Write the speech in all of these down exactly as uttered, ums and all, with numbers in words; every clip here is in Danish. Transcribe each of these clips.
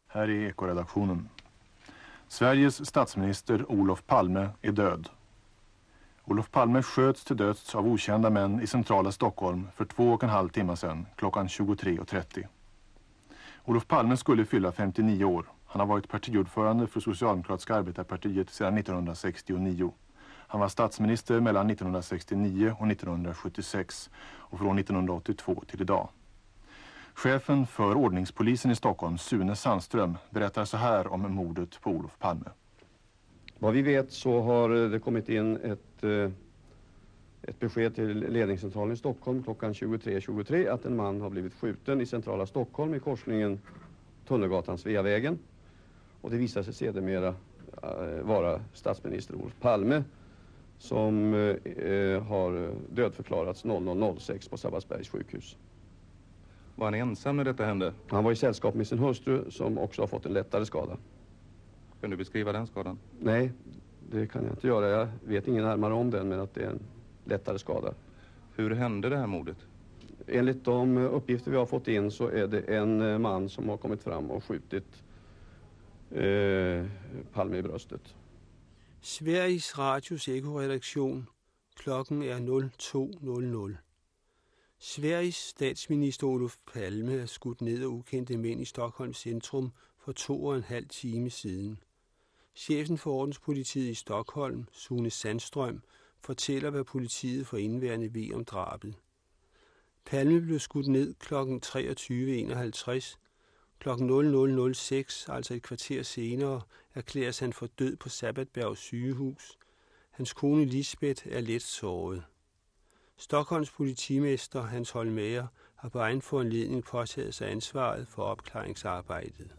Här är Ekoredaktionen. Sveriges statsminister Olof Palme är död. Olof Palme sköts till döds av okända män i centrala Stockholm för två och en halv timme sedan, klockan tjugotre och trettio. Olof Palme skulle fylla femtionio år. Han har varit partiordförande för Socialdemokratiska arbetarpartiet sedan nittonhundrasextionio. Han var statsminister mellan nittonhundrasextionio och nittonhundrasjuttiosex och från nittonhundraåttiotvå till idag. Chefen för ordningspolisen i Stockholm, Sune Sandström, berättar så här om mordet på Olof Palme. Vad vi vet så har det kommit in ett, ett besked till ledningscentralen i Stockholm klockan tjugotre tjugotre att en man har blivit skjuten i centrala Stockholm i korsningen Tunnelgatan Sveavägen. Och det visar sig sedermera vara statsminister Olof Palme som eh, har dödförklarats noll noll noll sex på Sabbatsbergs sjukhus. Var han ensam när detta hände? Han var i sällskap med sin hustru som också har fått en lättare skada. Kan du beskriva den skadan? Nej, det kan jag inte göra. Jag vet ingen närmare om den, men att det är en lättare skada. Hur hände det här mordet? Enligt de uppgifter vi har fått in så är det en man som har kommit fram och skjutit eh, Palme i bröstet. Sveriges Radios Ekoredaktion. Klokken er nul to nul nul. Sveriges statsminister Olof Palme er skudt ned af ukendte mænd i Stockholms centrum for to og en halv time siden. Chefen for ordenspolitiet i Stockholm, Sune Sandström, fortæller, hvad politiet for indværende ved om drabet. Palme blev skudt ned klokken treogtyve enoghalvtreds. Klokken nul nul nul seks, altså et kvarter senere, erklæres han for død på Sabbatsbergs sygehus. Hans kone Lisbeth er let såret. Stockholms politimester Hans Holmér har på egen foranledning påtaget sig ansvaret for opklaringsarbejdet.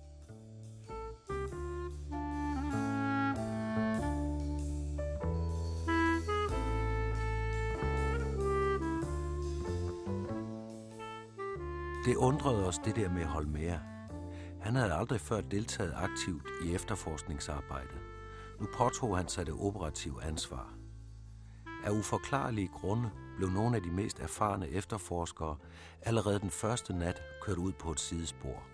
Det undrede os det der med Holmér. Han havde aldrig før deltaget aktivt i efterforskningsarbejdet. Nu påtog han sig det operative ansvar. Af uforklarlige grunde blev nogle af de mest erfarne efterforskere allerede den første nat kørt ud på et sidespor.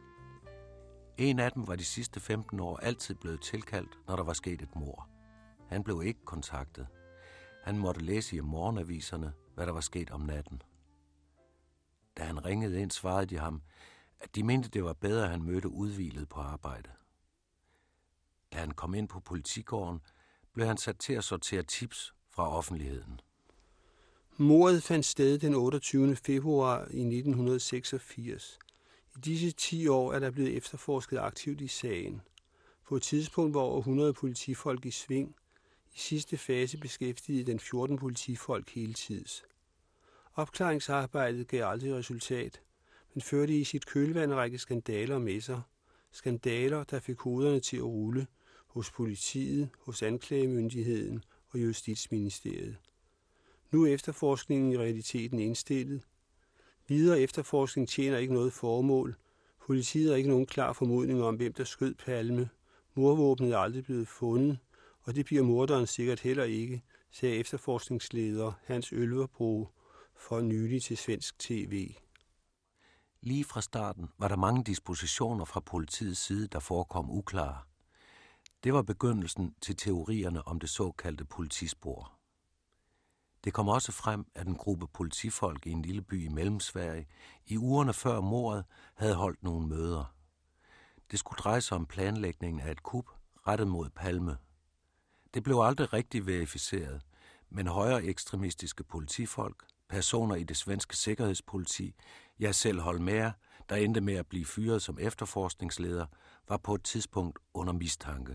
En af dem var de sidste femten år altid blevet tilkaldt, når der var sket et mord. Han blev ikke kontaktet. Han måtte læse i morgenaviserne, hvad der var sket om natten. Da han ringede ind, svarede de ham, at de mente, det var bedre, at han mødte udhvilet på arbejde. Da han kom ind på politigården, blev han sat til at sortere tips fra offentligheden. Mordet fandt sted den otteogtyvende februar i nitten seksogfirs. I disse ti år er der blevet efterforsket aktivt i sagen. På et tidspunkt var over hundrede politifolk i sving. I sidste fase beskæftigede den fjorten politifolk hele tids. Opklaringsarbejdet gav aldrig resultat, men førte i sit kølvand en række skandaler med sig. Skandaler, der fik hoderne til at rulle hos politiet, hos anklagemyndigheden og Justitsministeriet. Nu er efterforskningen i realiteten indstillet. Videre efterforskning tjener ikke noget formål. Politiet har ikke nogen klar formodning om, hvem der skød Palme. Mordvåbnet er aldrig blevet fundet, og det bliver morderen sikkert heller ikke, sagde efterforskningsleder Hans Ølverbro for nylig til svensk tv. Lige fra starten var der mange dispositioner fra politiets side, der forekom uklare. Det var begyndelsen til teorierne om det såkaldte politispor. Det kom også frem, at en gruppe politifolk i en lille by i Mellemsverige i ugerne før mordet havde holdt nogle møder. Det skulle dreje sig om planlægningen af et kup rettet mod Palme. Det blev aldrig rigtig verificeret, men højere ekstremistiske politifolk, personer i det svenske sikkerhedspoliti, ja selv Holmér, der endte med at blive fyret som efterforskningsleder, var på et tidspunkt under mistanke.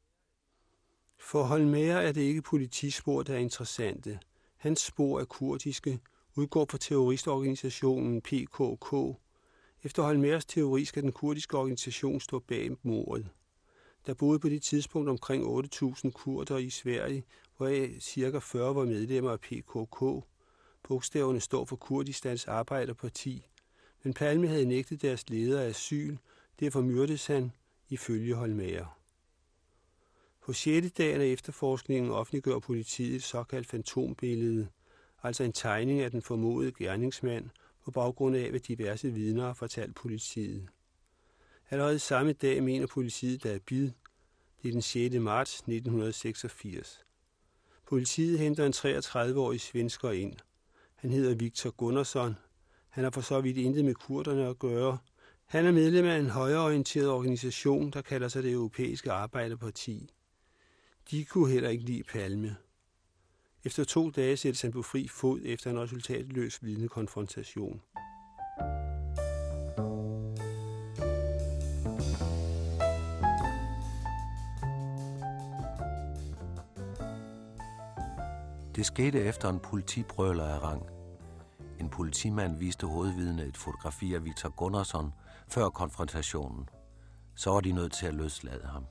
For Holmér er det ikke politispor, der er interessante. Hans spor er kurdiske, udgår fra terroristorganisationen P K K. Efter Holmérs teori skal den kurdiske organisation stå bag mordet. Der boede på det tidspunkt omkring otte tusind kurder i Sverige, hvoraf ca. fyrre var medlemmer af P K K. Bogstaverne står for Kurdistans Arbejderparti, men Palme havde nægtet deres leder asyl, derfor myrdes han ifølge Holmér. På sjette dagen af efterforskningen offentliggør politiet et såkaldt fantombillede, altså en tegning af den formodede gerningsmand på baggrund af, hvad diverse vidner har fortalt politiet. Allerede samme dag mener politiet, der er bid. Det er den sjette marts nitten seksogfirs. Politiet henter en treogtredive-årig svensker ind. Han hedder Viktor Gunnarsson. Han har for så vidt intet med kurderne at gøre. Han er medlem af en højreorienteret organisation, der kalder sig det Europæiske Arbejderparti. De kunne heller ikke lide Palme. Efter to dage sættes han på fri fod efter en resultatløs vidnekonfrontation. Det skete efter en politibrøler af rang. En politimand viste hovedvidnet et fotografi af Viktor Gunnarsson før konfrontationen. Så var de nødt til at løslade ham.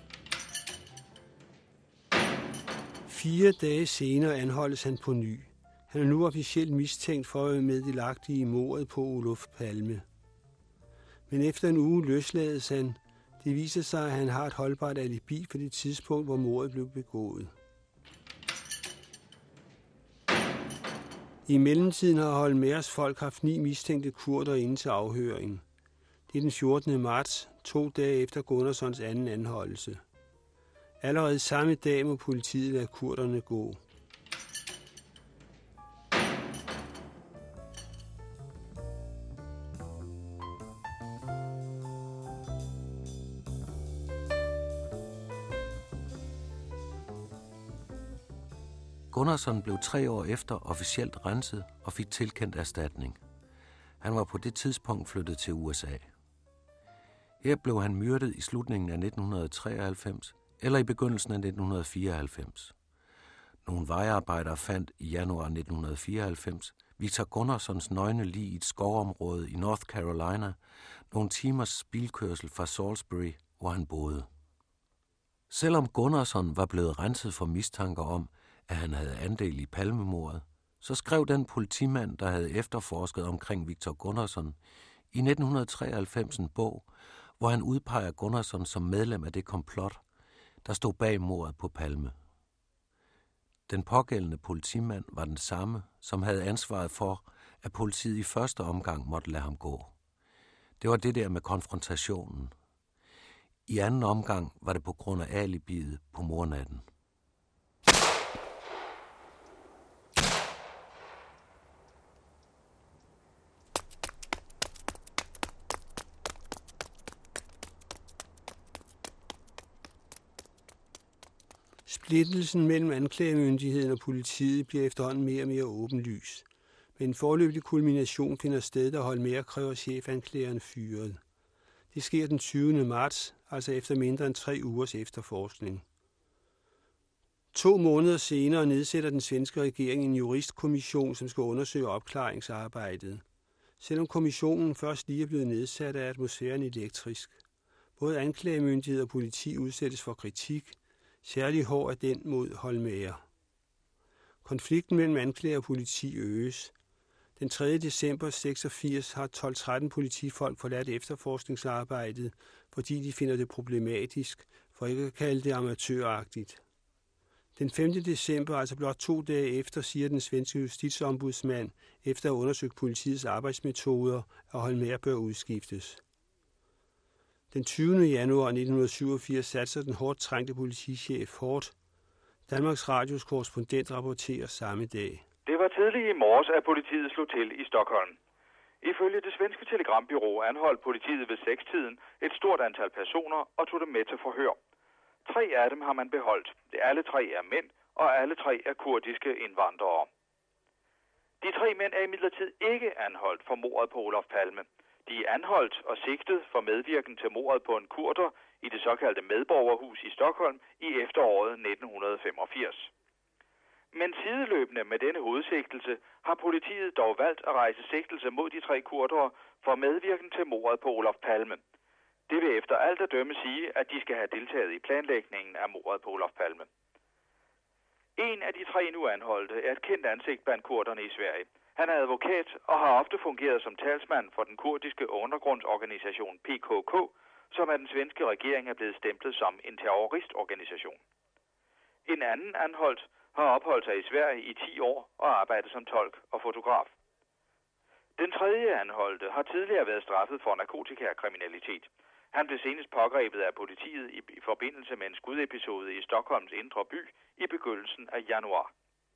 Fire dage senere anholdes han på ny. Han er nu officielt mistænkt for at være meddelagtig i mordet på Olof Palme. Men efter en uge løslades han. Det viser sig, at han har et holdbart alibi for det tidspunkt, hvor mordet blev begået. I mellemtiden har Holmérs folk haft ni mistænkte kurder inde til afhøring. Det er den fjortende marts, to dage efter Gunnarssons anden anholdelse. Allerede samme dag må politiet lade kurderne gå. Gunnarsson blev tre år efter officielt renset og fik tilkendt erstatning. Han var på det tidspunkt flyttet til U S A. Her blev han myrdet i slutningen af nitten treoghalvfems eller i begyndelsen af nitten fireoghalvfems. Nogle vejarbejdere fandt i januar nitten fireoghalvfems Viktor Gunnarssons nøgne lig i et skovområde i North Carolina, nogle timers bilkørsel fra Salisbury, hvor han boede. Selvom Gunnarsson var blevet renset for mistanker om, at han havde andel i Palmemordet, så skrev den politimand, der havde efterforsket omkring Viktor Gunnarsson, i nitten treoghalvfems en bog, hvor han udpeger Gunnarsson som medlem af det komplot, der stod bag mordet på Palme. Den pågældende politimand var den samme, som havde ansvaret for, at politiet i første omgang måtte lade ham gå. Det var det der med konfrontationen. I anden omgang var det på grund af alibiet på mordnatten. Splittelsen mellem anklagemyndigheden og politiet bliver efterhånden mere og mere åbenlys. Men en foreløbig kulmination finder sted, da Holmér kræver chefanklageren fyret. Det sker den tyvende marts, altså efter mindre end tre ugers efterforskning. To måneder senere nedsætter den svenske regering en juristkommission, som skal undersøge opklaringsarbejdet. Selvom kommissionen først lige er blevet nedsat, er atmosfæren elektrisk. Både anklagemyndighed og politi udsættes for kritik. Særlig hård er den mod Holmér. Konflikten mellem anklager og politi øges. Den tredje december seksogfirs har tolv tretten politifolk forladt efterforskningsarbejdet, fordi de finder det problematisk, for ikke at kalde det amatøragtigt. Den femte december, altså blot to dage efter, siger den svenske justitsombudsmand, efter at have undersøgt politiets arbejdsmetoder, at Holmér bør udskiftes. Den tyvende januar nitten syvogfirs satser den hårdt trængte politichef hårdt. Danmarks Radios korrespondent rapporterer samme dag. Det var tidligt i morges, at politiet slog til i Stockholm. Ifølge det svenske telegrambyrå anholdt politiet ved sekstiden et stort antal personer og tog dem med til forhør. Tre af dem har man beholdt. Det alle tre er mænd, og alle tre er kurdiske indvandrere. De tre mænd er imidlertid ikke anholdt for mordet på Olof Palme. De er anholdt og sigtet for medvirken til mordet på en kurder i det såkaldte medborgerhus i Stockholm i efteråret nitten femogfirs. Men sideløbende med denne hovedsigtelse har politiet dog valgt at rejse sigtelse mod de tre kurdere for medvirken til mordet på Olof Palme. Det vil efter alt at dømme sige, at de skal have deltaget i planlægningen af mordet på Olof Palme. En af de tre nu anholdte er et kendt ansigt blandt kurderne i Sverige. Han er advokat og har ofte fungeret som talsmand for den kurdiske undergrundsorganisation P K K, som af den svenske regering er blevet stemplet som en terroristorganisation. En anden anholdt har opholdt sig i Sverige i ti år og arbejdet som tolk og fotograf. Den tredje anholdte har tidligere været straffet for narkotikakriminalitet. Han blev senest pågrebet af politiet i, i forbindelse med en skudepisode i Stockholms indre by i begyndelsen af januar.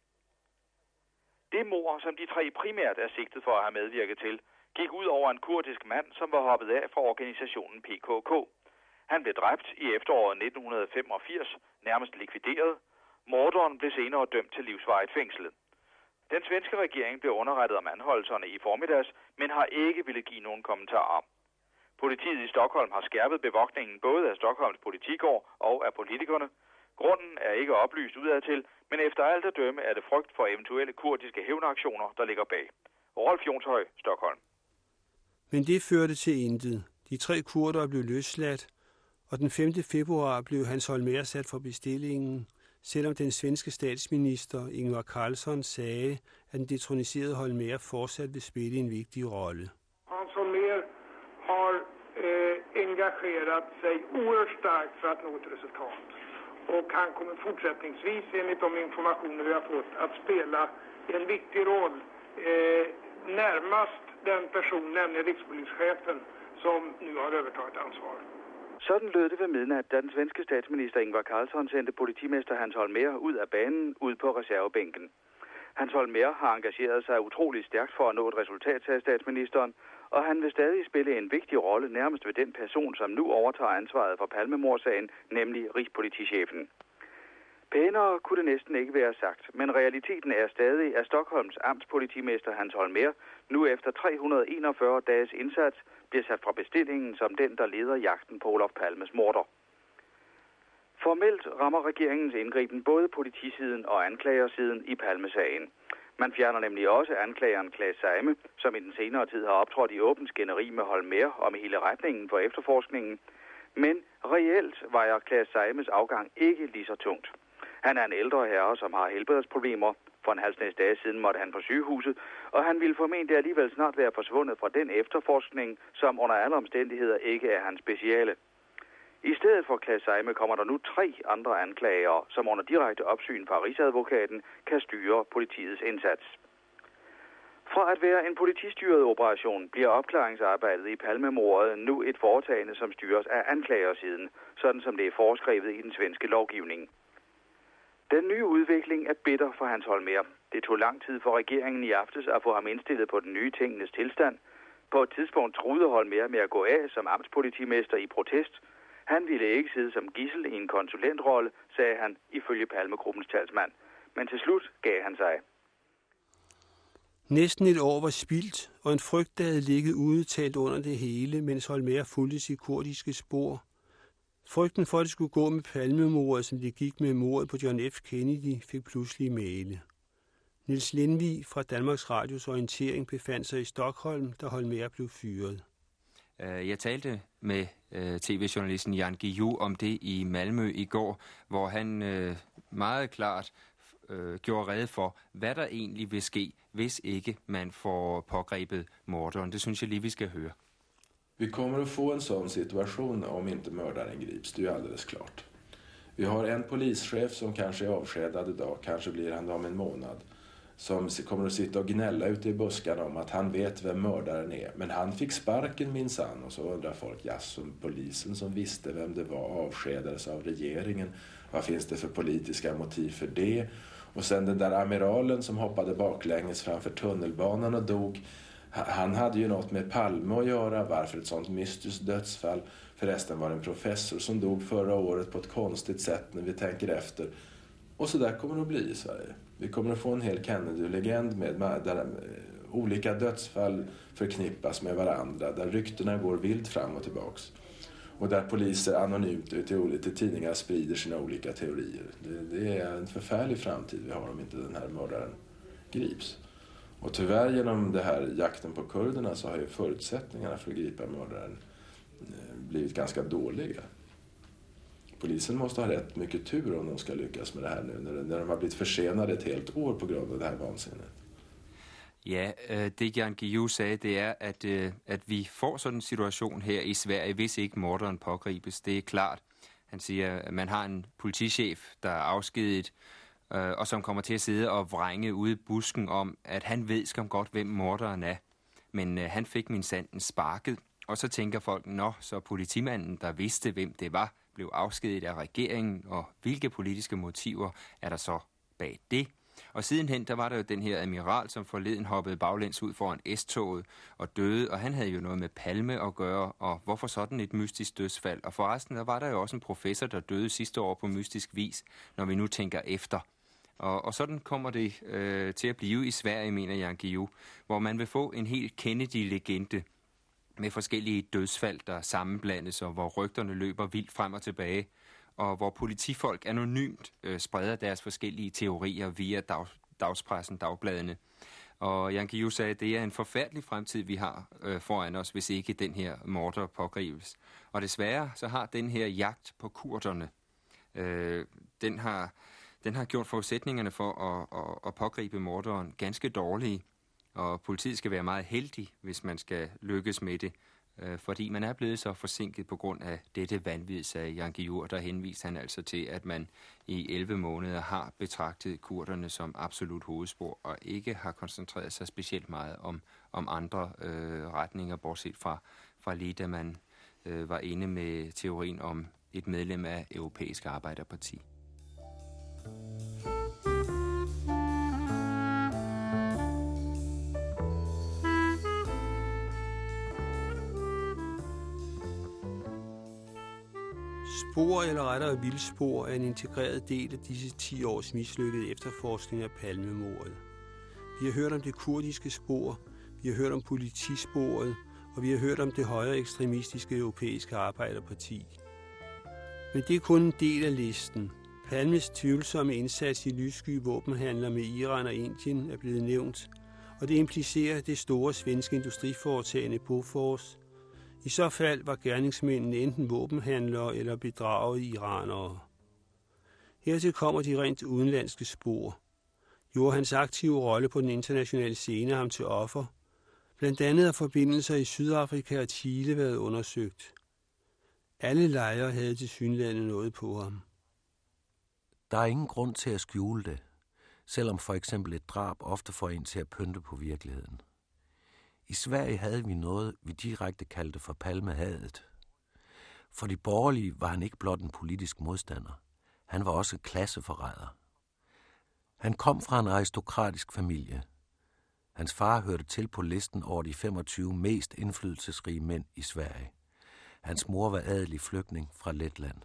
Det mord, som de tre primært er sigtet for at have medvirket til, gik ud over en kurdisk mand, som var hoppet af fra organisationen P K K. Han blev dræbt i efteråret nitten femogfirs, nærmest likvideret. Morderen blev senere dømt til livsvarigt fængsel. Den svenske regering blev underrettet om anholdelserne i formiddags, men har ikke ville give nogen kommentarer. Politiet i Stockholm har skærpet bevogtningen både af Stockholms politigård og af politikerne. Grunden er ikke oplyst udadtil, men efter alt at dømme er det frygt for eventuelle kurdiske hævnaktioner, der ligger bag. Rolf Jonshøj, Stockholm. Men det førte til intet. De tre kurdere blev løsladt, og den femte februar blev Hans Holmér sat for bestillingen, selvom den svenske statsminister Ingvar Carlsson sagde, at den detroniserede Holmér fortsat vil spille en vigtig rolle. Hans Holmér har eh, engagerat sig oerhört starkt för att nå ett resultat. Och han kommer fortsättningsvis, enligt de informationer vi har fått, att spela en viktig roll eh, närmast den person, nämligen rikspolischefen, som nu har övertagit ansvar. Sådan lød det ved midnat, da den svenske statsminister Ingvar Carlsson sendte politimester Hans Holmér ud af banen, ud på reservebænken. Hans Holmér har engageret sig utrolig stærkt for at nå et resultat, sagde statsministeren, og han vil stadig spille en vigtig rolle nærmest ved den person, som nu overtager ansvaret for Palmemordsagen, nemlig rigspolitichefen. Pænere kunne det næsten ikke være sagt, men realiteten er stadig, at Stockholms amtspolitimester Hans Holmér nu efter tre hundrede og enogfyrre dages indsats bliver sat fra bestillingen som den, der leder jagten på Olof Palmes morder. Formelt rammer regeringens indgriben både politisiden og anklagersiden i Palmesagen. Man fjerner nemlig også anklageren Claes Seime, som i den senere tid har optrådt i åben skænderi med Holmér og med hele retningen for efterforskningen. Men reelt vejer Claes Seimes afgang ikke lige så tungt. Han er en ældre herre, som har helbredsproblemer. For en halvsnæs dage siden måtte han på sygehuset, og han ville formentlig alligevel snart være forsvundet fra den efterforskning, som under alle omstændigheder ikke er hans speciale. I stedet for Claes Seime kommer der nu tre andre anklagere, som under direkte opsyn fra Rigsadvokaten kan styre politiets indsats. Fra at være en politistyret operation bliver opklaringsarbejdet i Palmemordet nu et foretagende, som styres af anklagersiden, sådan som det er foreskrevet i den svenske lovgivning. Den nye udvikling er bitter for Hans Holmér. Det tog lang tid for regeringen i aftes at få ham indstillet på den nye tingenes tilstand. På et tidspunkt truede Holmér med at gå af som amtspolitimester i protest. Han ville ikke sidde som gidsel i en konsulentrolle, sagde han ifølge Palmegruppens talsmand. Men til slut gav han sig. Næsten et år var spildt, og en frygt, der havde ligget udtalt under det hele, mens Holmér fulgte sit kurdiske spor. Frygten for, at det skulle gå med Palmemordet, som det gik med mordet på John F. Kennedy, fik pludselig male. Niels Lindvig fra Danmarks Radios orientering befandt sig i Stockholm, da Holmér blev fyret. Jeg talte med tv-journalisten Jan Guillou om det i Malmø i går, hvor han meget klart gjorde rede for, hvad der egentlig vil ske, hvis ikke man får pågrebet morderen. Det synes jeg lige, vi skal høre. Vi kommer att få en sån situation om inte mördaren grips, det är ju alldeles klart. Vi har en polischef som kanske är avskedad idag, kanske blir han om en månad, som kommer att sitta och gnälla ute i buskarna om att han vet vem mördaren är. Men han fick sparken minsann, och så undrar folk, ja, som polisen som visste vem det var avskedades av regeringen. Vad finns det för politiska motiv för det? Och sen den där amiralen som hoppade baklänges framför tunnelbanan och dog. Han hade ju något med Palme att göra. Varför ett sånt mystiskt dödsfall? Förresten var det en professor som dog förra året på ett konstigt sätt när vi tänker efter. Och så där kommer det att bli i Sverige. Vi kommer att få en hel Kennedy-legend med där olika dödsfall förknippas med varandra. Där ryktena går vilt fram och tillbaks. Och där poliser anonymt ute i olika tidningar sprider sina olika teorier. Det, det är en förfärlig framtid vi har om inte den här mördaren grips. Och tyvärr genom det här jakten på kurderna så har ju förutsättningarna för att gripa mördaren blivit ganska dåliga. Polisen måste ha rätt mycket tur om de ska lyckas med det här nu när, när de har blivit försenade ett helt år på grund av det här vansinnet. Ja, det Jan Guillou sagde, det er, at, at vi får sådan en situation her i Sverige, hvis ikke morderen pågribes. Det er klart. Han siger, at man har en politichef, der er afskediget, og som kommer til at sidde og vrænge ude i busken om, at han ved skam godt, hvem morderen er. Men han fik min sanden sparket, Og så tænker folk, nå, så politimanden, der vidste, hvem det var, blev afskediget af regeringen, og hvilke politiske motiver er der så bag det? Og sidenhen, der var der jo den her admiral, som forleden hoppede baglæns ud foran S-toget og døde, og han havde jo noget med Palme at gøre, og hvorfor sådan et mystisk dødsfald? Og forresten, der var der jo også en professor, der døde sidste år på mystisk vis, når vi nu tænker efter. Og, og sådan kommer det øh, til at blive i Sverige, mener Jan Guillou, hvor man vil få en helt Kennedy-legende med forskellige dødsfald, der sammenblandes, og hvor rygterne løber vildt frem og tilbage, og hvor politifolk anonymt øh, spreder deres forskellige teorier via dag, dagspressen, dagbladene. Og Jan Guillou sagde, at det er en forfærdelig fremtid, vi har øh, foran os, hvis ikke den her morder pågribes. Og desværre så har den her jagt på kurderne, øh, den, har, den har gjort forudsætningerne for at, at, at pågribe morderen ganske dårlige. Og politiet skal være meget heldig, hvis man skal lykkes med det, øh, fordi man er blevet så forsinket på grund af dette vanvid, sagde Jan Guillou, og der henviste han altså til, at man i elleve måneder har betragtet kurderne som absolut hovedspor, og ikke har koncentreret sig specielt meget om, om andre øh, retninger, bortset fra, fra lige da man øh, var inde med teorien om et medlem af Europæisk Arbejderparti. Spor, eller rettere vildspor, er en integreret del af disse ti års mislykkede efterforskning af Palmemordet. Vi har hørt om det kurdiske spor, vi har hørt om politisporet, og vi har hørt om det højere ekstremistiske Europæiske Arbejderparti. Men det er kun en del af listen. Palmes tvivlsomme indsats i lyssky våbenhandler med Iran og Indien er blevet nævnt, og det implicerer det store svenske industriforetagende Bofors. I så fald var gerningsmændene enten våbenhandlere eller bedragede iranere. Hertil kommer de rent udenlandske spor. Gjorde hans aktive rolle på den internationale scene ham til offer. Blandt andet har forbindelser i Sydafrika og Chile været undersøgt. Alle lejre havde tilsyneladende noget på ham. Der er ingen grund til at skjule det, selvom for eksempel et drab ofte får en til at pynte på virkeligheden. I Sverige havde vi noget, vi direkte kaldte for Palmehadet. For de borgerlige var han ikke blot en politisk modstander. Han var også klasseforræder. Han kom fra en aristokratisk familie. Hans far hørte til på listen over de femogtyve mest indflydelsesrige mænd i Sverige. Hans mor var adelig flygtning fra Letland.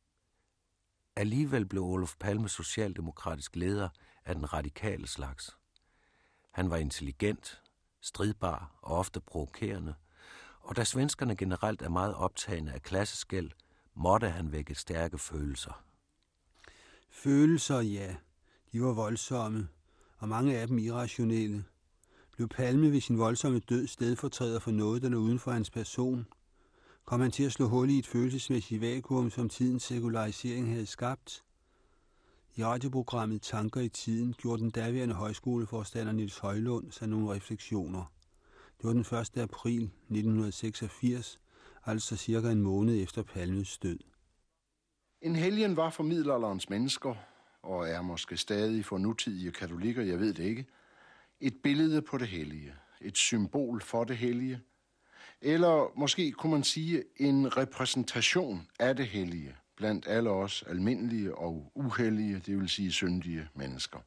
Alligevel blev Olof Palme socialdemokratisk leder af den radikale slags. Han var intelligent, stridbar og ofte provokerende, og da svenskerne generelt er meget optagende af klasseskel, måtte han vække stærke følelser. Følelser, ja. De var voldsomme, og mange af dem irrationelle. Blev Palme ved sin voldsomme død stedfortræder for noget, der lå uden for hans person? Kom han til at slå hul i et følelsesmæssigt vakuum, som tidens sekularisering havde skabt? I radioprogrammet Tanker i tiden gjorde den daværende højskoleforstander Niels Højlund sig nogle refleksioner. Det var den første april nitten seksogfirs, altså cirka en måned efter Palmes død. En helgen var for middelalderens mennesker, og er måske stadig for nutidige katolikker, jeg ved det ikke, et billede på det hellige, et symbol for det hellige, eller måske kunne man sige en repræsentation af det hellige blandt alle os almindelige og uhellige, det vil sige syndige mennesker.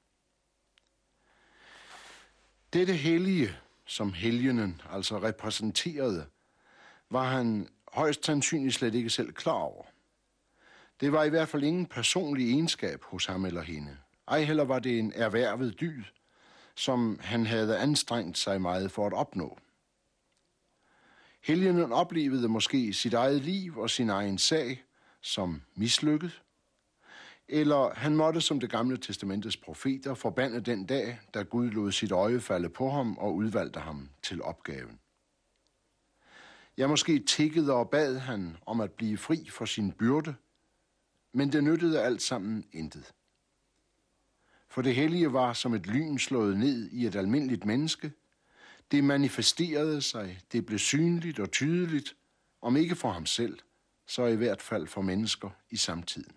Dette hellige, som helgenen altså repræsenterede, var han højst sandsynligt slet ikke selv klar over. Det var i hvert fald ingen personlig egenskab hos ham eller hende. Ej heller var det en erhvervet dyd, som han havde anstrengt sig meget for at opnå. Helgenen oplevede måske sit eget liv og sin egen sag som mislykket, eller han måtte som det gamle testamentets profeter forbande den dag, da Gud lod sit øje falde på ham og udvalgte ham til opgaven. Ja, måske tikkede og bad han om at blive fri for sin byrde, men det nyttede alt sammen intet. For det hellige var som et lyn slået ned i et almindeligt menneske. Det manifesterede sig, det blev synligt og tydeligt, om ikke for ham selv, så i hvert fald for mennesker i samtiden.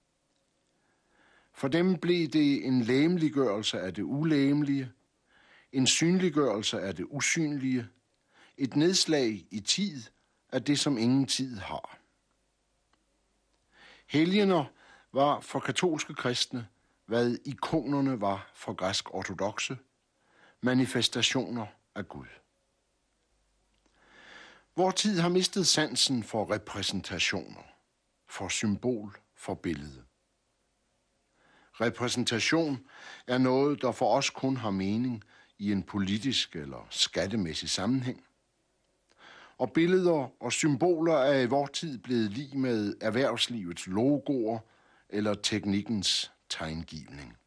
For dem blev det en lægemliggørelse af det ulægemlige, en synliggørelse af det usynlige, et nedslag i tid af det, som ingen tid har. Helgener var for katolske kristne, hvad ikonerne var for græsk-ortodokse, manifestationer af Gud. Vor tid har mistet sansen for repræsentationer, for symbol, for billede. Repræsentation er noget, der for os kun har mening i en politisk eller skattemæssig sammenhæng. Og billeder og symboler er i vor tid blevet lig med erhvervslivets logoer eller teknikkens tegnegivning.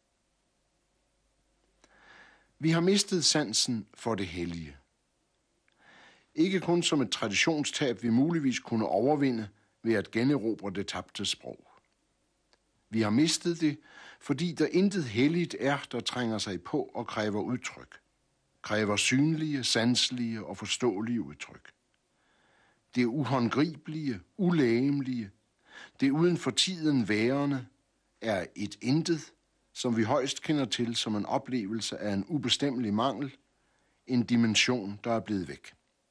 Vi har mistet sansen for det hellige. Ikke kun som et traditionstab, vi muligvis kunne overvinde ved at generobre det tabte sprog. Vi har mistet det, fordi der intet helligt er, der trænger sig på og kræver udtryk. Kræver synlige, sanselige og forståelige udtryk. Det uhåndgribelige, ulægemlige, det uden for tiden værende, er et intet, som vi højst kender til som en oplevelse af en ubestemmelig mangel, en dimension, der er blevet væk.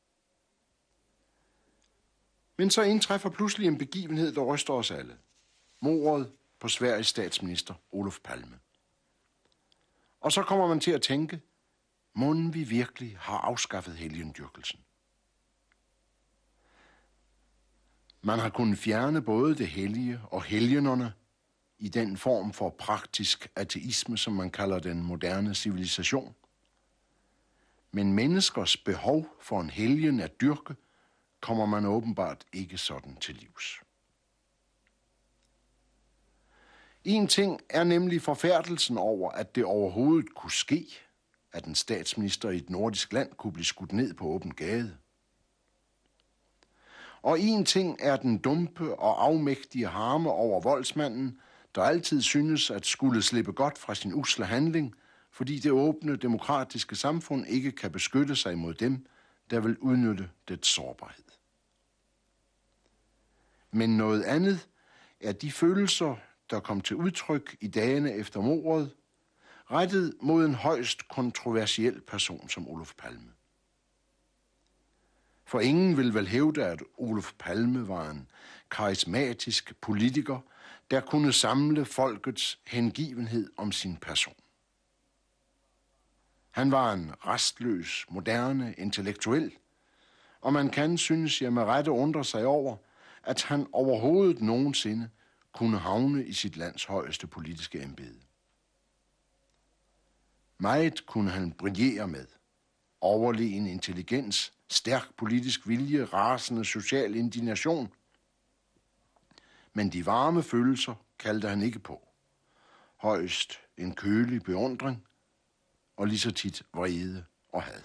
Men så indtræffer pludselig en begivenhed, der ryster os alle. Mordet på Sveriges statsminister Olof Palme. Og så kommer man til at tænke, mon vi virkelig har afskaffet helgendyrkelsen. Man har kunnet fjerne både det hellige og helgenerne i den form for praktisk ateisme, som man kalder den moderne civilisation. Men menneskers behov for en helgen at dyrke, kommer man åbenbart ikke sådan til livs. En ting er nemlig forfærdelsen over, at det overhovedet kunne ske, at en statsminister i et nordisk land kunne blive skudt ned på åben gade. Og en ting er den dumpe og afmægtige harme over voldsmanden, der altid synes at skulle slippe godt fra sin usle handling, fordi det åbne demokratiske samfund ikke kan beskytte sig mod dem, der vil udnytte dets sårbarhed. Men noget andet er de følelser, der kom til udtryk i dagene efter mordet, rettet mod en højst kontroversiel person som Olof Palme. For ingen vil vel hævde, at Olof Palme var en karismatisk politiker, der kunne samle folkets hengivenhed om sin person. Han var en restløs, moderne, intellektuel, og man kan, synes jeg, med rette undre sig over, at han overhovedet nogensinde kunne havne i sit lands højeste politiske embede. Meget kunne han brillere med. Overlegen intelligens, stærk politisk vilje, rasende social indignation. Men de varme følelser kaldte han ikke på. Højst en kølig beundring, og lige så tit vrede og had.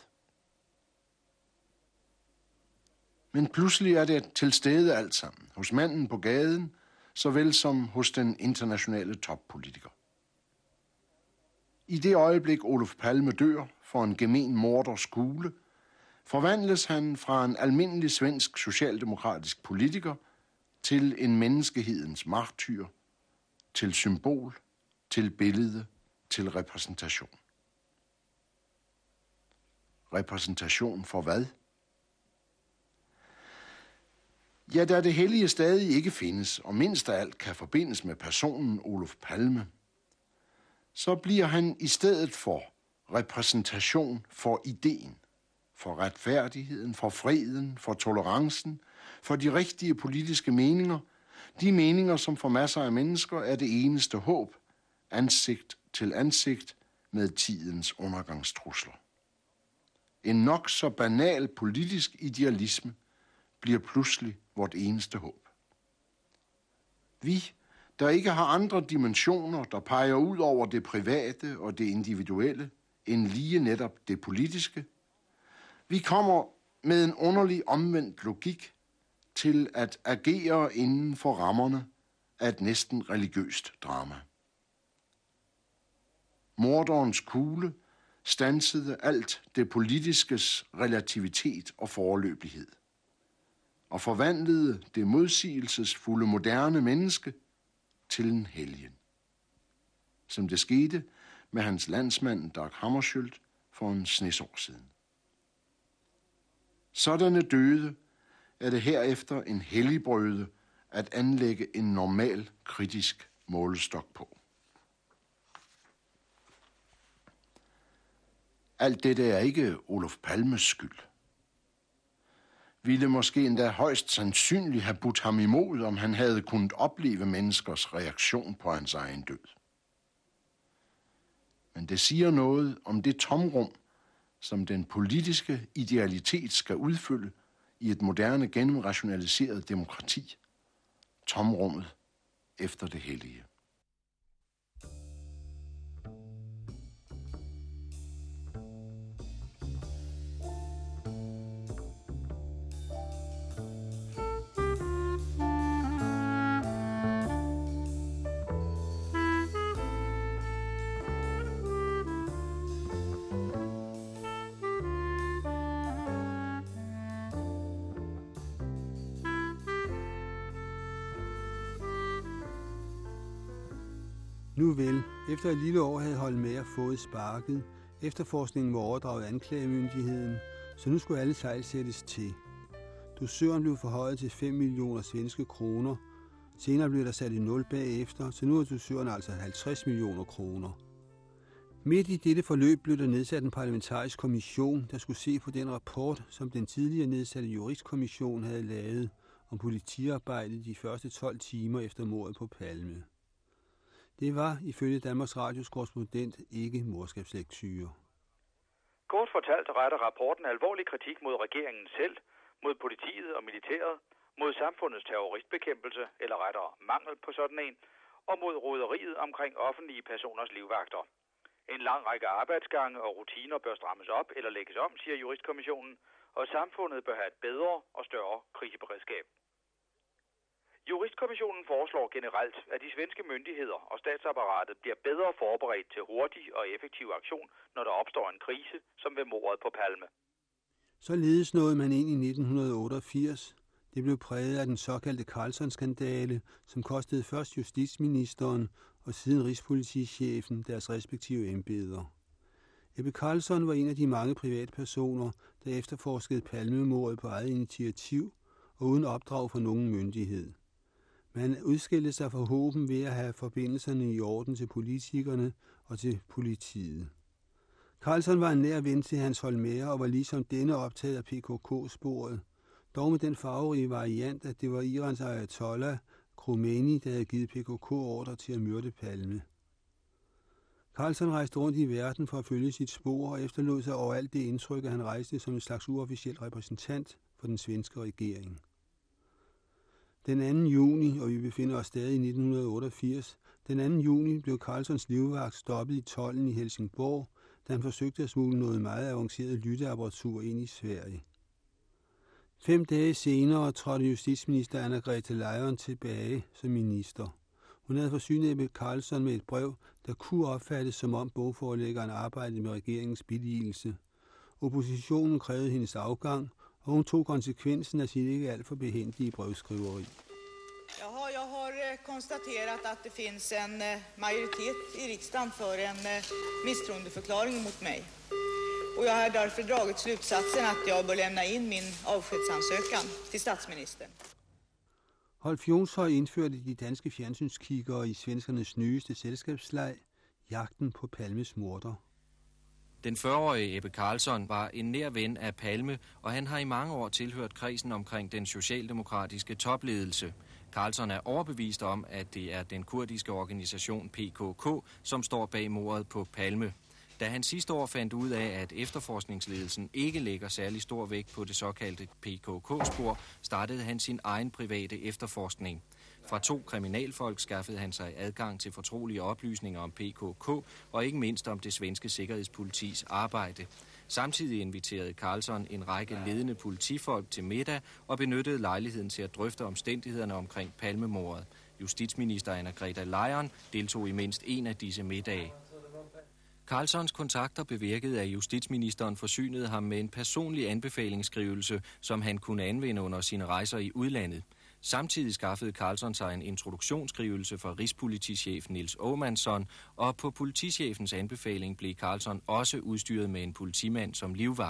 Men pludselig er det til stede alt sammen, hos manden på gaden, såvel som hos den internationale toppolitiker. I det øjeblik Olof Palme dør for en gemen morders kugle, forvandles han fra en almindelig svensk socialdemokratisk politiker til en menneskehedens martyr, til symbol, til billede, til repræsentation. Repræsentation for hvad? Ja, da det hellige stadig ikke findes, og mindst af alt kan forbindes med personen Olof Palme, så bliver han i stedet for repræsentation for ideen, for retfærdigheden, for freden, for tolerancen, for de rigtige politiske meninger, de meninger, som for masser af mennesker er det eneste håb, ansigt til ansigt med tidens undergangstrusler. En nok så banal politisk idealisme bliver pludselig vort eneste håb. Vi, der ikke har andre dimensioner, der peger ud over det private og det individuelle, end lige netop det politiske, vi kommer med en underlig omvendt logik til at agere inden for rammerne af et næsten religiøst drama. Morderens kugle standsede alt det politiskes relativitet og foreløbighed, og forvandlede det modsigelsesfulde moderne menneske til en helgen. Som det skete med hans landsmand Dag Hammarskjöld for en snes år siden. Sådanne døde er det herefter en helligbrøde at anlægge en normal kritisk målestok på. Alt dette er ikke Olof Palmes skyld. Ville måske endda højst sandsynligt have budt ham imod, om han havde kunnet opleve menneskers reaktion på hans egen død. Men det siger noget om det tomrum, som den politiske idealitet skal udfylde i et moderne gennemrationaliseret demokrati. Tomrummet efter det hellige. Nu vel, efter et lille år havde Holmér fået sparket, efterforskningen var overdraget anklagemyndigheden, så nu skulle alle sejl sættes til. Dusøren blev forhøjet til fem millioner svenske kroner. Senere blev der sat et nul bagefter, så nu er dusøren altså halvtreds millioner kroner. Midt i dette forløb blev der nedsat en parlamentarisk kommission, der skulle se på den rapport, som den tidligere nedsatte juristkommission havde lavet om politiarbejdet de første tolv timer efter mordet på Palme. Det var ifølge Danmarks Radios korrespondent ikke morskabslektyre. Kort fortalt retter rapporten alvorlig kritik mod regeringen selv, mod politiet og militæret, mod samfundets terroristbekæmpelse, eller rettere mangel på sådan en, og mod roderiet omkring offentlige personers livvagter. En lang række arbejdsgange og rutiner bør strammes op eller lægges om, siger juristkommissionen, og samfundet bør have et bedre og større kriseberedskab. Juristkommissionen foreslår generelt, at de svenske myndigheder og statsapparatet bliver bedre forberedt til hurtig og effektiv aktion, når der opstår en krise, som ved mordet på Palme. Således nåede man ind i nitten otteogfirs. Det blev præget af den såkaldte Carlsson-skandale, som kostede først justitsministeren og siden rigspolitichefen deres respektive embeder. Ebbe Carlsson var en af de mange privatpersoner, der efterforskede Palmemordet på eget initiativ og uden opdrag fra nogen myndighed. Man udskilte sig fra håben ved at have forbindelserne i orden til politikerne og til politiet. Carlsson var en nær ven til Hans Holmér og var ligesom denne optaget af P K K-sporet, dog med den farverige variant, at det var Irans ayatollah Khomeini, der havde givet P K K ordre til at myrde Palme. Carlsson rejste rundt i verden for at følge sit spor og efterlod sig overalt det indtryk, at han rejste som en slags uofficiel repræsentant for den svenske regering. Den anden juni, og vi befinder os stadig i nitten otteogfirs, den anden juni blev Carlssons livvagt stoppet i tolden i Helsingborg, da han forsøgte at smugle noget meget avanceret lytteapparatur ind i Sverige. Fem dage senere trådte justitsminister Anna-Greta Leijon tilbage som minister. Hun havde forsynet Ebbe Carlsson med et brev, der kunne opfattes som om bogforlæggeren arbejdede med regeringens billigelse. Oppositionen krævede hendes afgang, og hun tog konsekvensen af sit ikke alt for behændige brevskriveri. Jaha, jag har konstaterat att det finns en majoritet i riksdagen för en misstroendeförklaring mot mig. Och jag har därför dragit slutsatsen att jag bör lämna in min avskedsansökan till statsministern. Rolf Jonshøj indførte de danske fjernsynskiggere i svenskernes nyeste selskabsleg, Jagten på Palmes morder. Den fyrre-årige Ebbe Carlsson var en nær ven af Palme, og han har i mange år tilhørt kredsen omkring den socialdemokratiske topledelse. Carlsson er overbevist om, at det er den kurdiske organisation P K K, som står bag mordet på Palme. Da han sidste år fandt ud af, at efterforskningsledelsen ikke lægger særlig stor vægt på det såkaldte P K K-spor, startede han sin egen private efterforskning. Fra to kriminalfolk skaffede han sig adgang til fortrolige oplysninger om P K K og ikke mindst om det svenske sikkerhedspolitis arbejde. Samtidig inviterede Carlsson en række ledende politifolk til middag og benyttede lejligheden til at drøfte omstændighederne omkring Palmemordet. Justitsminister Anna-Greta Leijon deltog i mindst en af disse middage. Carlssons kontakter bevirkede, at justitsministeren forsynede ham med en personlig anbefalingsskrivelse, som han kunne anvende under sine rejser i udlandet. Samtidig skaffede Carlsson sig en introduktionsskrivelse fra rigspolitichef Nils Åhmansson, og på politichefens anbefaling blev Carlsson også udstyret med en politimand som livvagt.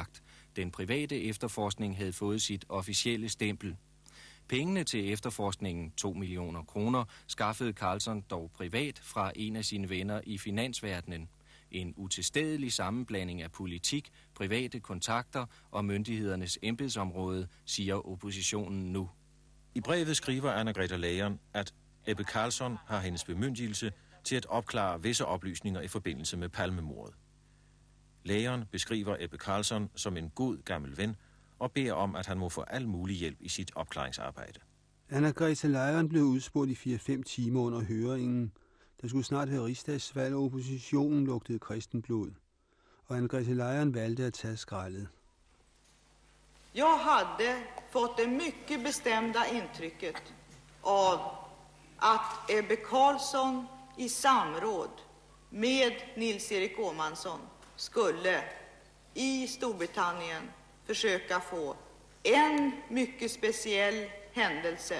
Den private efterforskning havde fået sit officielle stempel. Pengene til efterforskningen, to millioner kroner, skaffede Carlson dog privat fra en af sine venner i finansverdenen. En utilstedelig sammenblanding af politik, private kontakter og myndighedernes embedsområde, siger oppositionen nu. I brevet skriver Anna-Greta Leijon, at Ebbe Carlsson har hendes bemyndigelse til at opklare visse oplysninger i forbindelse med Palmemordet. Leijon beskriver Ebbe Carlsson som en god gammel ven og beder om, at han må få al mulig hjælp i sit opklaringsarbejde. Anna-Greta Leijon blev udspurgt i fire fem timer under høringen. Der skulle snart være rigsdagsvalg, og oppositionen lugtede kristenblod. Og Anna-Greta Leijon valgte at tage skraldet. Jag hade fått det mycket bestämda intrycket av att Ebbe Carlsson i samråd med Nils-Erik Åhmansson skulle i Storbritannien försöka få en mycket speciell händelse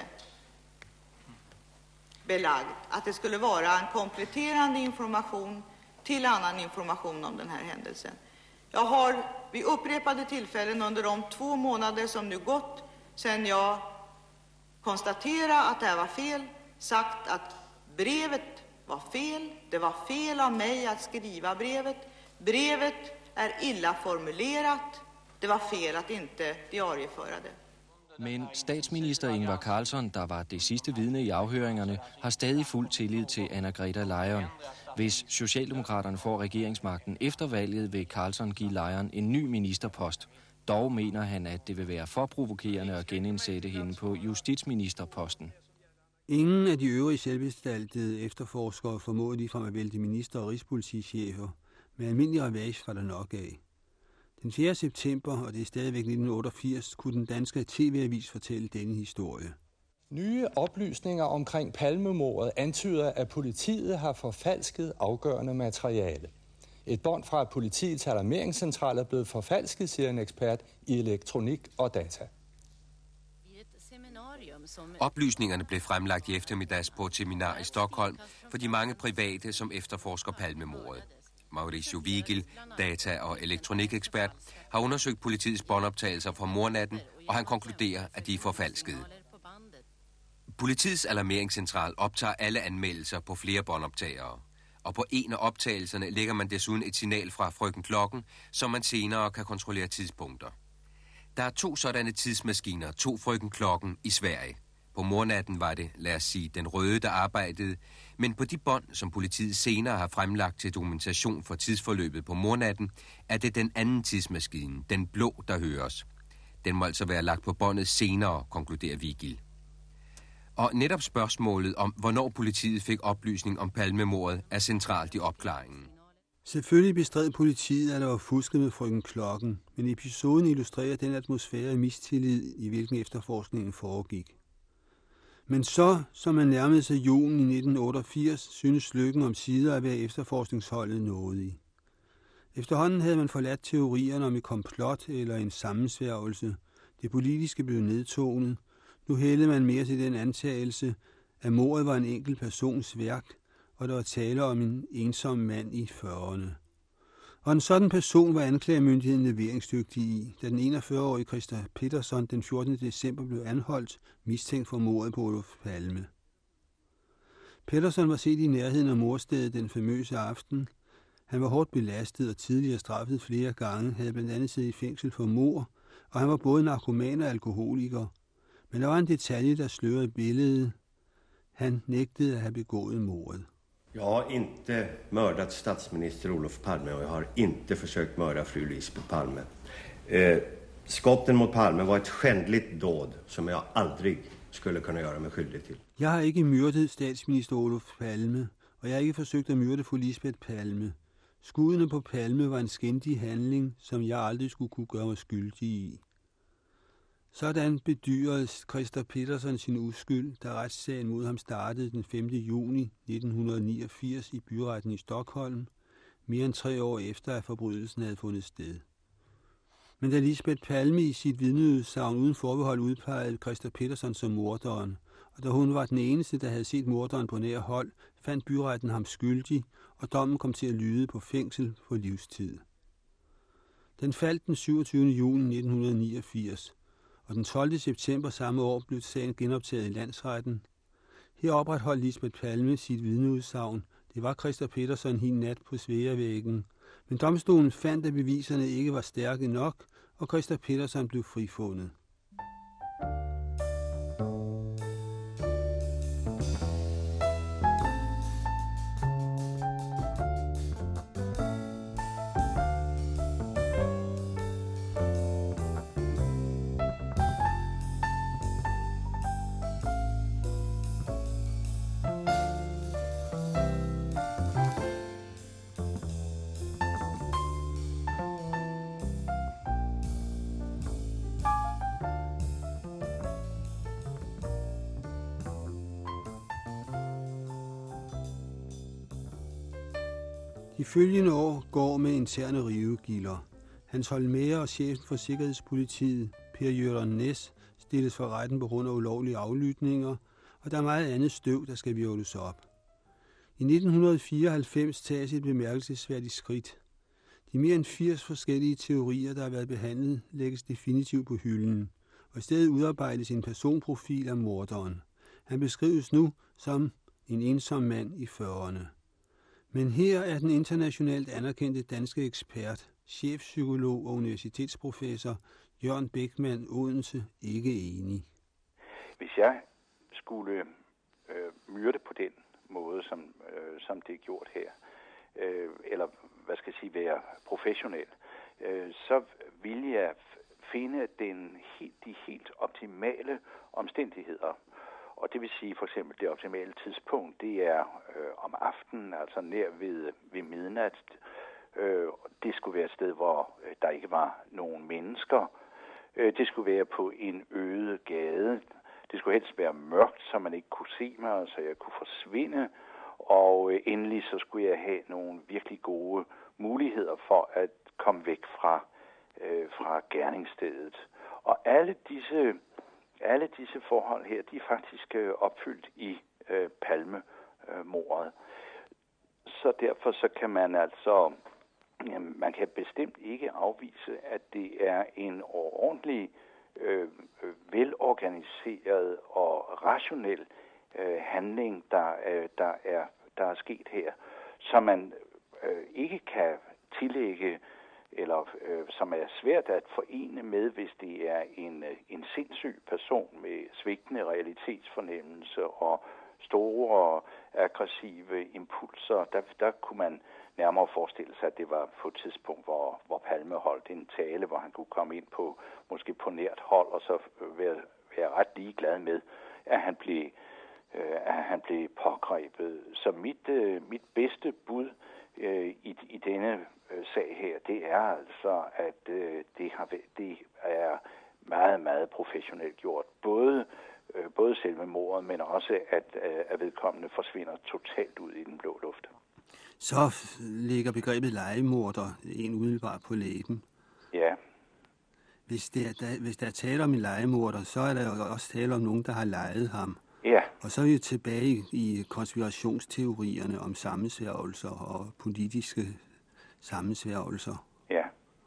belagd. Att det skulle vara en kompletterande information till annan information om den här händelsen. Jag har vid upprepade tillfällen under de två månader som nu gått sedan jag konstaterade att det här var fel sagt att brevet var fel. Det var fel av mig att skriva brevet. Brevet är illa formulerat. Det var fel att inte diarieföra det. Men statsminister Ingvar Carlsson, der var det sidste vidne i afhøringerne, har stadig fuld tillid til Anna-Greta Leijon. Hvis Socialdemokraterne får regeringsmagten efter valget, vil Carlsson give Leijon en ny ministerpost. Dog mener han, at det vil være for provokerende at genindsætte hende på justitsministerposten. Ingen af de øvrige selvbestaltede efterforskere formåede ligefrem at vælte minister- og rigspolitichefer. Med almindelig ravage var der nok af. Den fjerde september, og det er stadigvæk nitten otteogfirs, kunne den danske T V-avis fortælle denne historie. Nye oplysninger omkring Palmemordet antyder, at politiet har forfalsket afgørende materiale. Et bånd fra politiets alarmeringscentral er blevet forfalsket, siger en ekspert i elektronik og data. Oplysningerne blev fremlagt i eftermiddags på et seminar i Stockholm for de mange private, som efterforsker Palmemordet. Mauricio Vigil, data- og elektronikekspert, har undersøgt politiets båndoptagelser fra mordnatten, og han konkluderer, at de er forfalskede. Politiets alarmeringscentral optager alle anmeldelser på flere båndoptagere, og på en af optagelserne lægger man desuden et signal fra frøken Klokken, som man senere kan kontrollere tidspunkter. Der er to sådanne tidsmaskiner, to frøken Klokken, i Sverige. På mordnatten var det, lad os sige, den røde, der arbejdede, men på de bånd, som politiet senere har fremlagt til dokumentation for tidsforløbet på mordnatten, er det den anden tidsmaskine, den blå, der høres. Den må altså være lagt på båndet senere, konkluderer Vigil. Og netop spørgsmålet om, hvornår politiet fik oplysning om Palmemordet, er centralt i opklaringen. Selvfølgelig bestred politiet, at der var fusket med frøken Klokken, men episoden illustrerer den atmosfære af mistillid, i hvilken efterforskningen foregik. Men så, som man nærmede sig julen i nitten otteogfirs, synes lykken om sider at være efterforskningsholdet nådig. Efterhånden havde man forladt teorierne om et komplot eller en sammensværgelse. Det politiske blev nedtonet. Nu hældede man mere til den antagelse, at mordet var en enkelt persons værk, og der var tale om en ensom mand i fyrrerne. Og en sådan person var anklagemyndigheden leveringsdygtig i, da den enogfyrre-årige Christer Petersson den fjortende december blev anholdt, mistænkt for mordet på Olof Palme. Petersson var set i nærheden af mordstedet den famøse aften. Han var hårdt belastet og tidligere straffet flere gange, havde blandt andet siddet i fængsel for mord, og han var både narkoman og alkoholiker. Men der var en detalje, der slørede billedet. Han nægtede at have begået mordet. Jag har inte mördat statsminister Olof Palme och jag har inte försökt mörda fru Lisbeth Palme. Eh, skotten mot Palme var ett skändligt dåd som jag aldrig skulle kunna göra mig skyldig till. Jeg har ikke myrdet statsminister Olof Palme, og jeg har ikke forsøgt at myrde fru Lisbeth Palme. Skuddene på Palme var en skændig handling, som jeg aldrig skulle kunne gøre mig skyldig i. Sådan bedyrede Christer Petersson sin uskyld, da retssagen mod ham startede den femte juni nitten niogfirs i byretten i Stockholm, mere end tre år efter, at forbrydelsen havde fundet sted. Men da Lisbeth Palme i sit vidneudsagn uden forbehold udpegede Christer Petersson som morderen, og da hun var den eneste, der havde set morderen på nær hold, fandt byretten ham skyldig, og dommen kom til at lyde på fængsel for livstid. Den faldt den syvogtyvende juni nitten niogfirs, og den tolvte september samme år blev sagen genoptaget i landsretten. Her opretholdt Lisbeth Palme sit vidneudsagn. Det var Christer Pettersson hin nat på Sveavägen, men domstolen fandt, at beviserne ikke var stærke nok, og Christer Pettersson blev frifundet. De følgende år går med interne rivegilder. Hans Holmér og chefen for Sikkerhedspolitiet, Per Jørgen Næs, stilles for retten på grund af ulovlige aflytninger, og der er meget andet støv, der skal virvles op. I nitten fireoghalvfems tages et bemærkelsesværdigt skridt. De mere end firs forskellige teorier, der har været behandlet, lægges definitivt på hylden, og i stedet udarbejdes en personprofil af morderen. Han beskrives nu som en ensom mand i fyrrerne. Men her er den internationalt anerkendte danske ekspert, chefpsykolog og universitetsprofessor Jørgen Beckmann Odense ikke enig. Hvis jeg skulle øh, myrde på den måde, som, øh, som det er gjort her, øh, eller hvad skal jeg sige, være professionel, øh, så vil jeg finde den, de helt optimale omstændigheder. Og det vil sige for eksempel det optimale tidspunkt, det er øh, om aftenen, altså nær ved, ved midnat. Øh, det skulle være et sted, hvor øh, der ikke var nogen mennesker. Øh, det skulle være på en øde gade. Det skulle helst være mørkt, så man ikke kunne se mig, så jeg kunne forsvinde. Og øh, endelig så skulle jeg have nogle virkelig gode muligheder for at komme væk fra, øh, fra gerningsstedet. Og alle disse... Alle disse forhold her, de er faktisk øh, opfyldt i øh, Palme-mordet. Øh, så derfor så kan man altså, jamen, man kan bestemt ikke afvise, at det er en ordentlig, øh, velorganiseret og rationel øh, handling, der, øh, der, er, der er sket her, som man øh, ikke kan tillægge eller øh, som er svært at forene med, hvis det er en, en sindssyg person med svigtende realitetsfornemmelse og store aggressive impulser. Der, der kunne man nærmere forestille sig, at det var på et tidspunkt, hvor, hvor Palme holdt en tale, hvor han kunne komme ind på, måske på nært hold, og så være, være ret ligeglad med, at han blev, øh, at han blev pågrebet. Så mit, øh, mit bedste bud øh, i, i denne sag her, det er altså, at øh, det, har, det er meget, meget professionelt gjort. Både, øh, både selve mordet, men også, at, øh, at vedkommende forsvinder totalt ud i den blå luft. Så ligger begrebet legemorder en umiddelbart på læben. Ja. Hvis, det er, der, hvis der er tale om en legemorder, så er der jo også tale om nogen, der har leget ham. Ja. Og så er vi jo tilbage i konspirationsteorierne om sammensværgelser og politiske sammensværgelser. Ja.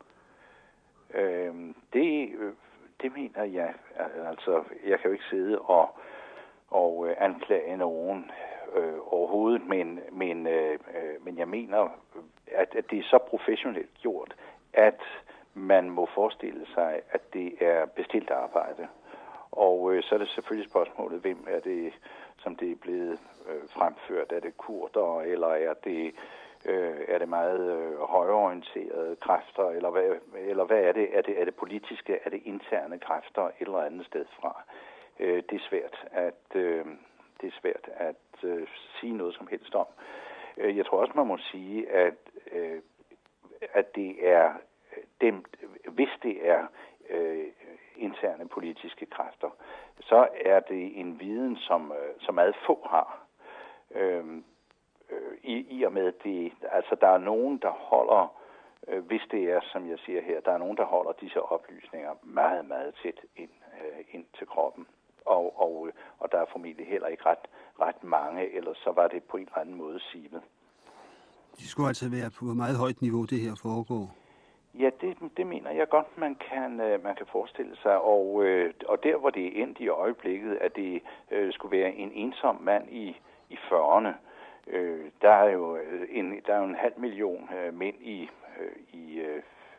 Øhm, det, det mener jeg, altså, jeg kan jo ikke sidde og, og øh, anklage nogen øh, overhovedet, men, men, øh, men jeg mener, at, at det er så professionelt gjort, at man må forestille sig, at det er bestilt arbejde. Og øh, så er det selvfølgelig spørgsmålet, hvem er det, som det er blevet øh, fremført? Er det kurder, eller er det Øh, er det meget øh, højreorienterede kræfter, eller hvad, eller hvad er det? Er det? Er det politiske, er det interne kræfter et eller andet sted fra? Øh, det er svært at, øh, det er svært at øh, sige noget som helst om. Øh, jeg tror også, man må sige, at, øh, at det er dem, hvis det er øh, interne politiske kræfter, så er det en viden, som, øh, som meget få har. Øh, I, I og med det, altså der er nogen, der holder, øh, hvis det er, som jeg siger her, der er nogen, der holder disse oplysninger meget, meget tæt ind, øh, ind til kroppen. Og, og, og der er formentlig heller ikke ret, ret mange, ellers så var det på en eller anden måde sivet. Det skulle altså være på et meget højt niveau, det her foregår. Ja, det, det mener jeg godt, man kan, øh, man kan forestille sig. Og, øh, og der, hvor det er endt i øjeblikket, at det øh, skulle være en ensom mand i, i fyrrerne, øh, der er jo en, der er jo en halv million øh, mænd i, øh, i, øh,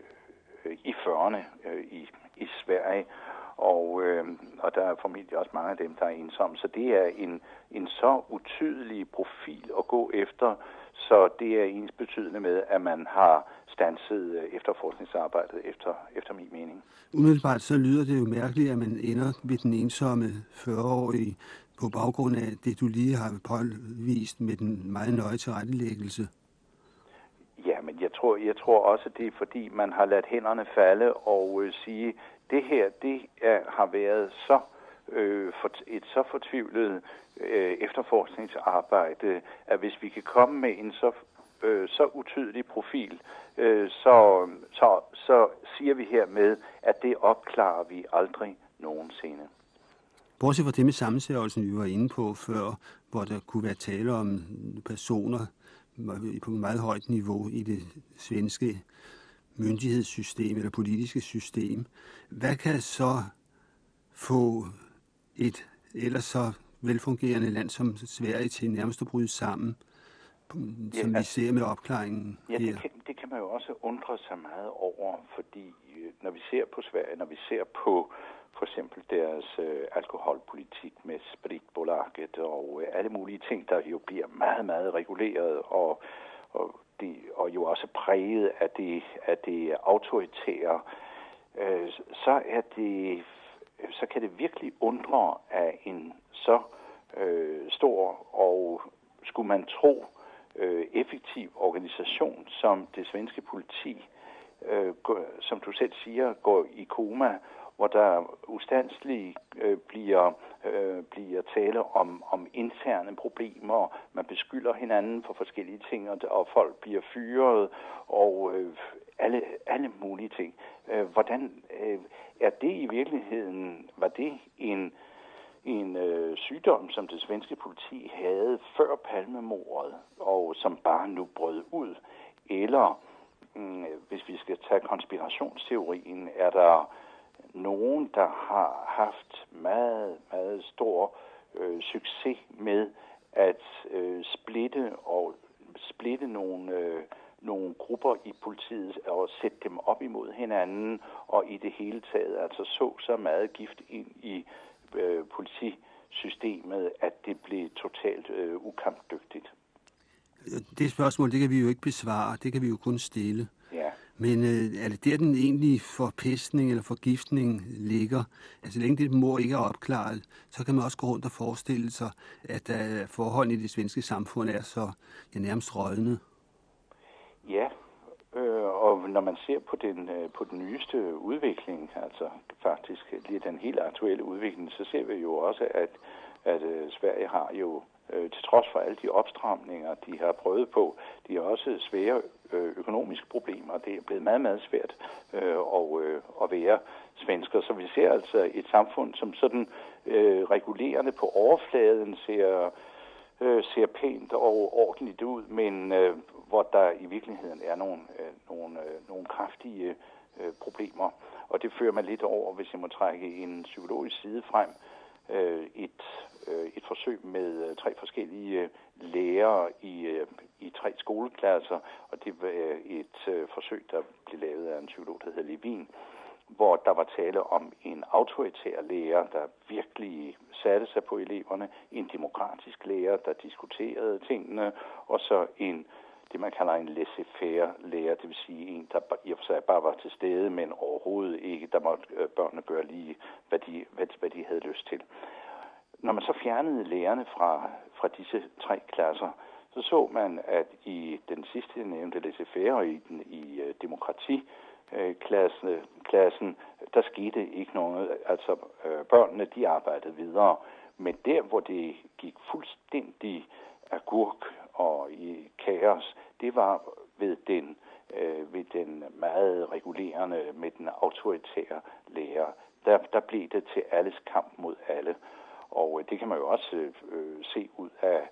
i fyrrerne øh, i, i Sverige. Og, øh, og der er formentlig også mange af dem, der er ensomme. Så det er en, en så utydelig profil at gå efter, så det er ens betydende med, at man har standset efterforskningsarbejdet efter, efter min mening. Umiddelbart så lyder det jo mærkeligt, at man ender ved den ensomme fyrre-årige på baggrund af det, du lige har påvist med den meget nøje tilrettelæggelse. Ja, men jeg tror, jeg tror også, det er fordi, man har ladt hænderne falde og øh, sige, det her, det er, har været så øh, for, et så fortvivlet øh, efterforskningsarbejde, at hvis vi kan komme med en så øh, så utydelig profil, øh, så, så, så siger vi hermed, at det opklarer vi aldrig nogensinde. Bortset fra det med sammensættelsen, vi var inde på før, hvor der kunne være tale om personer på et meget højt niveau i det svenske myndighedssystem eller politiske system. Hvad kan så få et ellers så velfungerende land som Sverige til nærmest at bryde sammen, som ja, vi ser med opklaringen ja, her? Det kan, det kan man jo også undre sig meget over, fordi når vi ser på Sverige, når vi ser på for eksempel deres øh, alkoholpolitik med spritbolaget og øh, alle mulige ting, der jo bliver meget, meget reguleret og, og, de, og jo også præget af det, af det autoritære, øh, så er det, så kan det virkelig undre af en så øh, stor og, skulle man tro, øh, effektiv organisation som det svenske politi, øh, som du selv siger, går i koma, hvor der ustandsligt øh, bliver, øh, bliver tale om, om interne problemer. Man beskylder hinanden for forskellige ting, og, og folk bliver fyret, og øh, alle, alle mulige ting. Øh, hvordan øh, er det i virkeligheden, var det en, en øh, sygdom, som det svenske politi havde før Palmemordet, og som bare nu brød ud? Eller, øh, hvis vi skal tage konspirationsteorien, er der nogen, der har haft meget, meget stor øh, succes med at øh, splitte og splitte nogle, øh, nogle grupper i politiet og sætte dem op imod hinanden, og i det hele taget altså så så meget gift ind i øh, politisystemet, at det blev totalt øh, ukampdygtigt. Det spørgsmål, det kan vi jo ikke besvare, det kan vi jo kun stille. Ja. Men øh, er det der, den egentlige forpestning eller forgiftning ligger? Altså, længe det mord ikke er opklaret, så kan man også gå rundt og forestille sig, at uh, forholdene i det svenske samfund er så ja, nærmest rådne. Ja, øh, og når man ser på den, øh, på den nyeste udvikling, altså faktisk lige den helt aktuelle udvikling, så ser vi jo også, at, at øh, Sverige har jo, øh, til trods for alle de opstramninger, de har prøvet på, de har også svære økonomiske problemer. Det er blevet meget, meget svært øh, at, øh, at være svensker. Så vi ser altså et samfund, som sådan øh, regulerende på overfladen ser, øh, ser pænt og ordentligt ud, men øh, hvor der i virkeligheden er nogle, øh, nogle, øh, nogle kraftige øh, problemer. Og det fører mig lidt over, hvis jeg må trække en psykologisk side frem, øh, et et forsøg med tre forskellige lærere i, i tre skoleklasser, og det var et forsøg, der blev lavet af en psykolog, der hedder Levin, hvor der var tale om en autoritær lærer, der virkelig satte sig på eleverne, en demokratisk lærer, der diskuterede tingene, og så en, det man kalder en laissez-faire lærer, det vil sige en, der i og for sig bare var til stede, men overhovedet ikke, der måtte børnene gøre lige, hvad de, hvad, hvad de havde lyst til. Når man så fjernede lærerne fra, fra disse tre klasser, så så man, at i den sidste nævnte laissez-faire og i, den, i uh, demokratiklassen, uh, klassen, der skete ikke noget. Altså uh, børnene, de arbejdede videre. Men der, hvor det gik fuldstændig agurk og i kaos, det var ved den, uh, ved den meget regulerende, med den autoritære lærer. Der, der blev det til alles kamp mod alle. Og det kan man jo også øh, se ud af,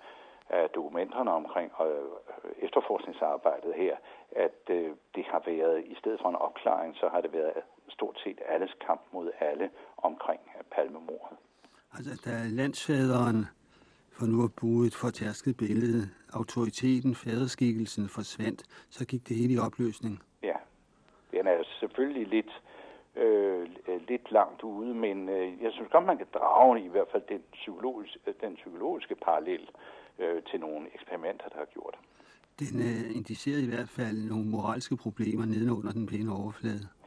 af dokumenterne omkring øh, efterforskningsarbejdet her, at øh, det har været, i stedet for en opklaring, så har det været stort set alles kamp mod alle omkring Palmemordet. Altså, da landsfaderen, for nu at bruge et fortærsket billede, autoriteten, faderskikkelsen forsvandt, så gik det hele i opløsning. Ja, den er selvfølgelig lidt, øh, lidt langt ude, men øh, jeg synes godt, man kan drage i hvert fald den psykologiske, den psykologiske parallel øh, til nogle eksperimenter, der har gjort. Den øh, indicerede i hvert fald nogle moralske problemer nedenunder den pæne overflade.